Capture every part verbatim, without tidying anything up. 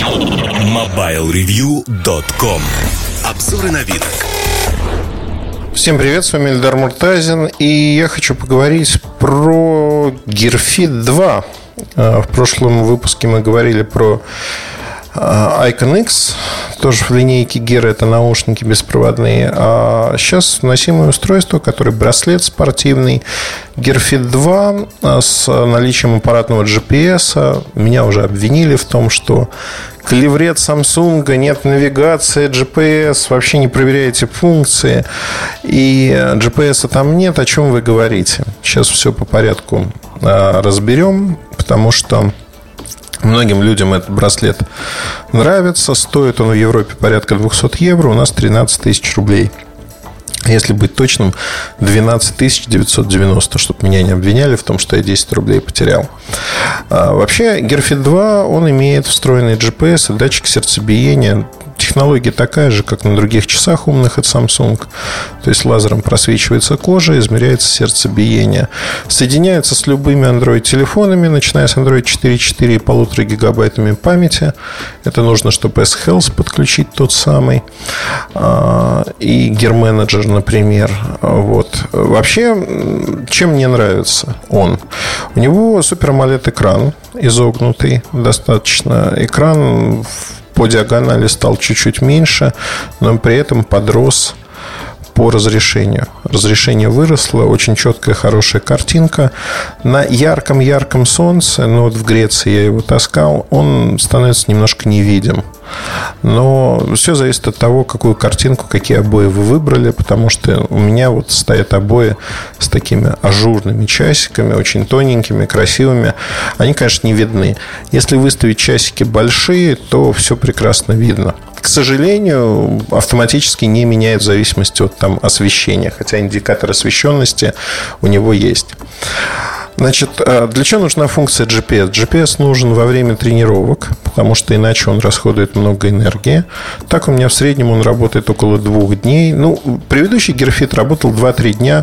мобайл ревью точка ком. Обзоры новинок. Всем привет, с вами Эльдар Муртазин. И я хочу поговорить про Gear Fit два. В прошлом выпуске мы говорили про Icon X, тоже в линейке Gear, это наушники беспроводные. А сейчас носимое устройство, которое браслет спортивный, Gear Fit два с наличием аппаратного джи пи эс. Меня уже обвинили в том, что клеврет Samsung, нет навигации, джи пи эс, вообще не проверяете функции, и джи пи эс там нет. О чем вы говорите? Сейчас все по порядку разберем, потому что многим людям этот браслет нравится. Стоит он в Европе порядка двести евро, у нас тринадцать тысяч рублей. Если быть точным, двенадцать тысяч девятьсот девяносто, чтобы меня не обвиняли в том, что я десять рублей потерял. а, Вообще, Gear Fit два, он имеет встроенный джи пи эс и датчик сердцебиения. Технология такая же, как на других часах умных от Samsung. То есть лазером просвечивается кожа, измеряется сердцебиение. Соединяется с любыми Android-телефонами, начиная с Android четыре точка четыре и полутора гигабайтами памяти. Это нужно, чтобы S-Health подключить тот самый. И Gear Manager, например. Вот. Вообще, чем мне нравится он? У него Super AMOLED экран, изогнутый достаточно. Экран по диагонали стал чуть-чуть меньше, но при этом подрос по разрешению. Разрешение выросло, очень четкая, хорошая картинка. На ярком-ярком солнце, ну вот в Греции я его таскал, он становится немножко невидим. Но все зависит от того, какую картинку, какие обои вы выбрали, потому что у меня вот стоят обои с такими ажурными часиками, очень тоненькими, красивыми. Они, конечно, не видны. Если выставить часики большие, то все прекрасно видно. К сожалению, автоматически не меняет в зависимости от там, освещения, хотя индикатор освещенности у него есть. Значит, для чего нужна функция джи пи эс? джи пи эс нужен во время тренировок, потому что иначе он расходует много энергии. Так у меня в среднем он работает около двух дней. Ну, предыдущий Gear Fit работал два-три дня.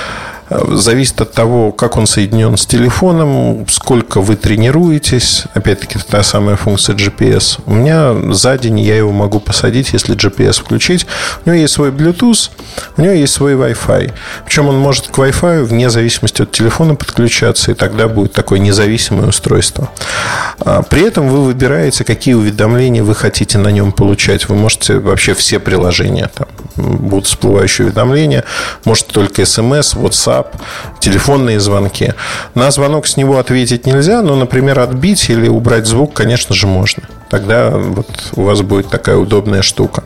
Зависит от того, как он соединен с телефоном, сколько вы тренируетесь. Опять-таки, та самая функция джи пи эс. У меня за день я его могу посадить, если джи пи эс включить. У него есть свой Bluetooth, у него есть свой Wi-Fi. Причем он может к Wi-Fi вне зависимости от телефона подключаться, и тогда будет такое независимое устройство. При этом вы выбираете, какие уведомления вы хотите на нем получать. Вы можете вообще все приложения, там будут всплывающие уведомления, может только смс, WhatsApp, телефонные звонки. На звонок с него ответить нельзя, но, например, отбить или убрать звук, конечно же, можно. Тогда вот у вас будет такая удобная штука.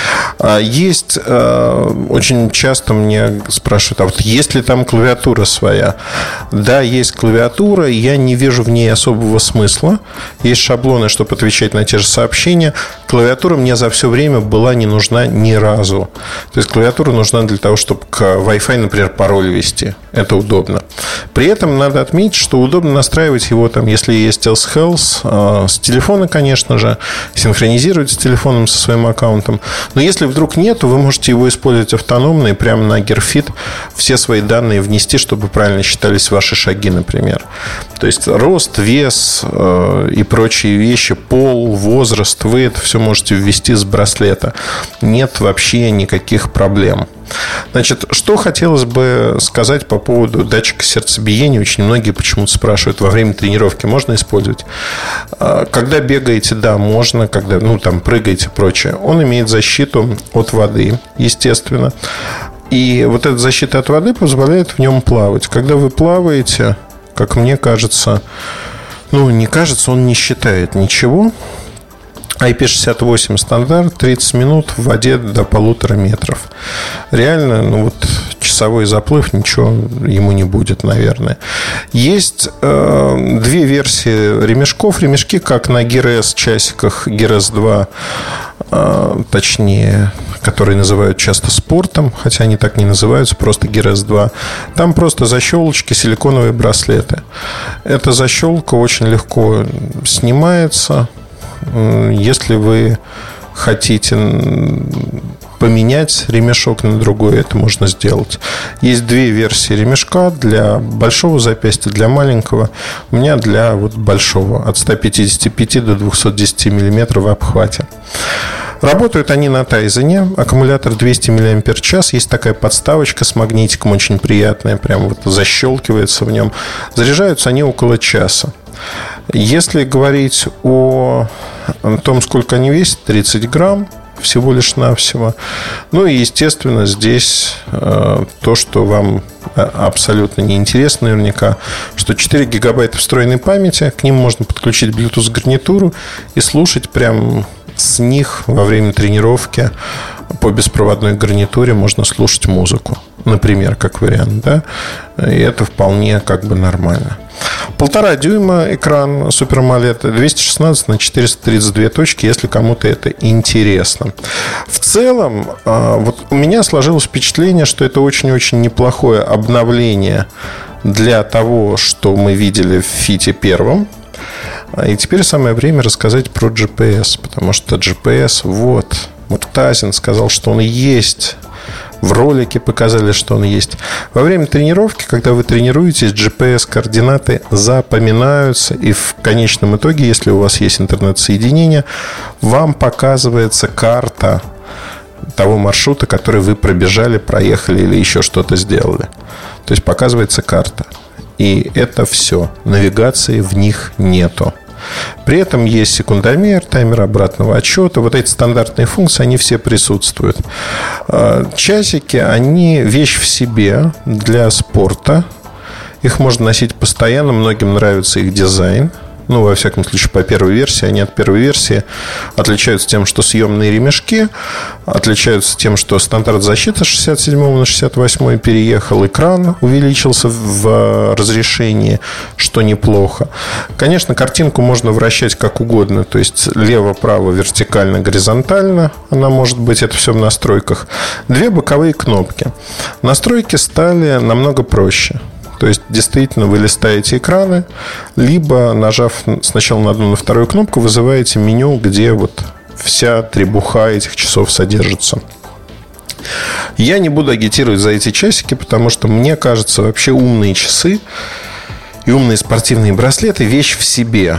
Есть, очень часто мне спрашивают, а вот есть ли там клавиатура своя? Да, есть клавиатура, я не вижу в ней особого смысла. Есть шаблоны, чтобы отвечать на те же сообщения. Клавиатура мне за все время была не нужна ни разу. То есть клавиатура нужна для того, чтобы к Wi-Fi, например, пароль ввести. Это удобно. При этом надо отметить, что удобно настраивать его, там, если есть S-Health, с телефона, конечно же, синхронизировать с телефоном, со своим аккаунтом. Но если вдруг нет, то вы можете его использовать автономно и прямо на Gear Fit все свои данные внести, чтобы правильно считались ваши шаги, например. То есть рост, вес э, и прочие вещи, пол, возраст, вы это все можете ввести с браслета. Нет вообще никаких проблем. Значит, что хотелось бы сказать по поводу датчика сердцебиения. Очень многие почему-то спрашивают, во время тренировки можно использовать? Когда бегаете, да, можно. Когда, ну, там, прыгаете и прочее. Он имеет защиту от воды, естественно. И вот эта защита от воды позволяет в нем плавать. Когда вы плаваете, как мне кажется, ну, не кажется, он не считает ничего. ай пи шестьдесят восемь стандарт, тридцать минут в воде до полутора метров. Реально, ну вот часовой заплыв, ничего ему не будет, наверное. Есть э, две версии ремешков. Ремешки, как на Gear S часиках, Gear эс два, э, точнее, которые называют часто спортом, хотя они так не называются, просто Gear эс два. Там просто защелочки, силиконовые браслеты. Эта защелка очень легко снимается. Если вы хотите поменять ремешок на другой, это можно сделать. Есть две версии ремешка: для большого запястья, для маленького. У меня для вот большого, от ста пятидесяти пяти до двухсот десяти миллиметров в обхвате. Работают они на Тайзене. Аккумулятор двести миллиампер-час. Есть такая подставочка с магнитиком, очень приятная. Прям вот защелкивается в нем. Заряжаются они около часа. Если говорить о том, сколько они весят, тридцать грамм всего лишь навсего. Ну и, естественно, здесь э, то, что вам абсолютно неинтересно наверняка, что четыре гигабайта встроенной памяти. К ним можно подключить Bluetooth гарнитуру и слушать прям с них во время тренировки. По беспроводной гарнитуре можно слушать музыку, например, как вариант, да? И это вполне как бы нормально. Полтора дюйма экран Super AMOLED, двести шестнадцать на четыреста тридцать две точки, если кому-то это интересно. В целом, вот у меня сложилось впечатление, что это очень-очень неплохое обновление для того, что мы видели в Фите первом. И теперь самое время рассказать про джи пи эс, потому что джи пи эс, вот, Муртазин сказал, что он есть. В ролике показали, что он есть. Во время тренировки, когда вы тренируетесь, джи пи эс-координаты запоминаются. И в конечном итоге, если у вас есть интернет-соединение, вам показывается карта того маршрута, который вы пробежали, проехали или еще что-то сделали. То есть показывается карта. И это все. Навигации в них нету. При этом есть секундомер, таймер обратного отсчета. Вот эти стандартные функции, они все присутствуют. Часики, они вещь в себе для спорта. Их можно носить постоянно. Многим нравится их дизайн. Ну, во всяком случае, по первой версии. Они от первой версии отличаются тем, что съемные ремешки, отличаются тем, что стандарт защиты с шестьдесят седьмого на шестьдесят восьмой переехал, экран увеличился в разрешении, что неплохо. Конечно, картинку можно вращать как угодно. То есть лево-право, вертикально, горизонтально. Она может быть, это все в настройках. Две боковые кнопки. Настройки стали намного проще. То есть, действительно, вы листаете экраны, либо, нажав сначала на одну, на вторую кнопку, вызываете меню, где вот вся требуха этих часов содержится. Я не буду агитировать за эти часики, потому что, мне кажется, вообще умные часы и умные спортивные браслеты – вещь в себе.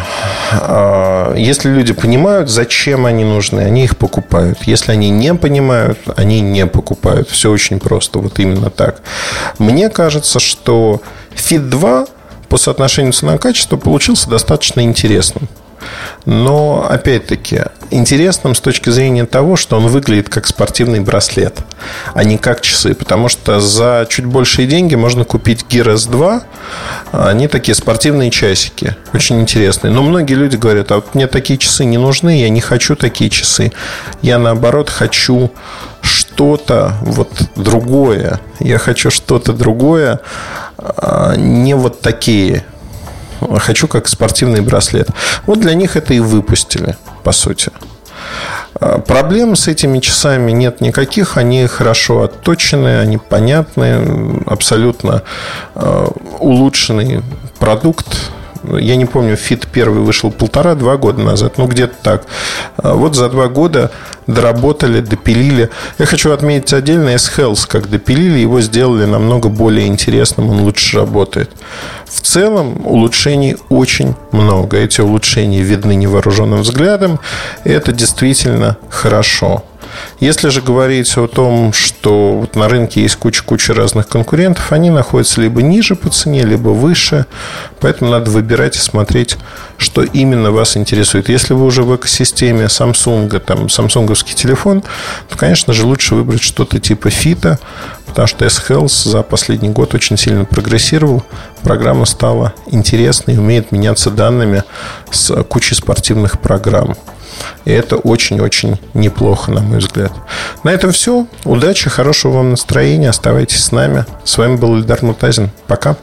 Если люди понимают, зачем они нужны, они их покупают. Если они не понимают, они не покупают. Все очень просто, вот именно так. Мне кажется, что Фит два по соотношению цена-качество получился достаточно интересным. Но, опять-таки, интересным с точки зрения того, что он выглядит как спортивный браслет, а не как часы. Потому что за чуть большие деньги можно купить Gear эс два. Они такие спортивные часики, очень интересные. Но многие люди говорят: а вот мне такие часы не нужны, я не хочу такие часы. Я, наоборот, хочу что-то вот другое. Я хочу что-то другое, не вот такие. Хочу как спортивный браслет. Вот для них это и выпустили, по сути. Проблем с этими часами нет никаких. Они хорошо отточены, они понятны. Абсолютно улучшенный продукт. Я не помню, Фит первый вышел полтора-два года назад. Ну, где-то так. Вот за два года доработали, допилили. Я хочу отметить отдельно S-Health, как допилили. Его сделали намного более интересным. Он лучше работает. В целом улучшений очень много. Эти улучшения видны невооруженным взглядом. И это действительно хорошо. Если же говорить о том, что вот на рынке есть куча-куча разных конкурентов, они находятся либо ниже по цене, либо выше. Поэтому надо выбирать и смотреть, что именно вас интересует. Если вы уже в экосистеме Samsung, там, самсунговский телефон, то, конечно же, лучше выбрать что-то типа Фита, потому что S-Health за последний год очень сильно прогрессировал. Программа стала интересной, умеет меняться данными с кучей спортивных программ. И это очень-очень неплохо, на мой взгляд. На этом все. Удачи, хорошего вам настроения. Оставайтесь с нами. С вами был Эльдар Муртазин. Пока.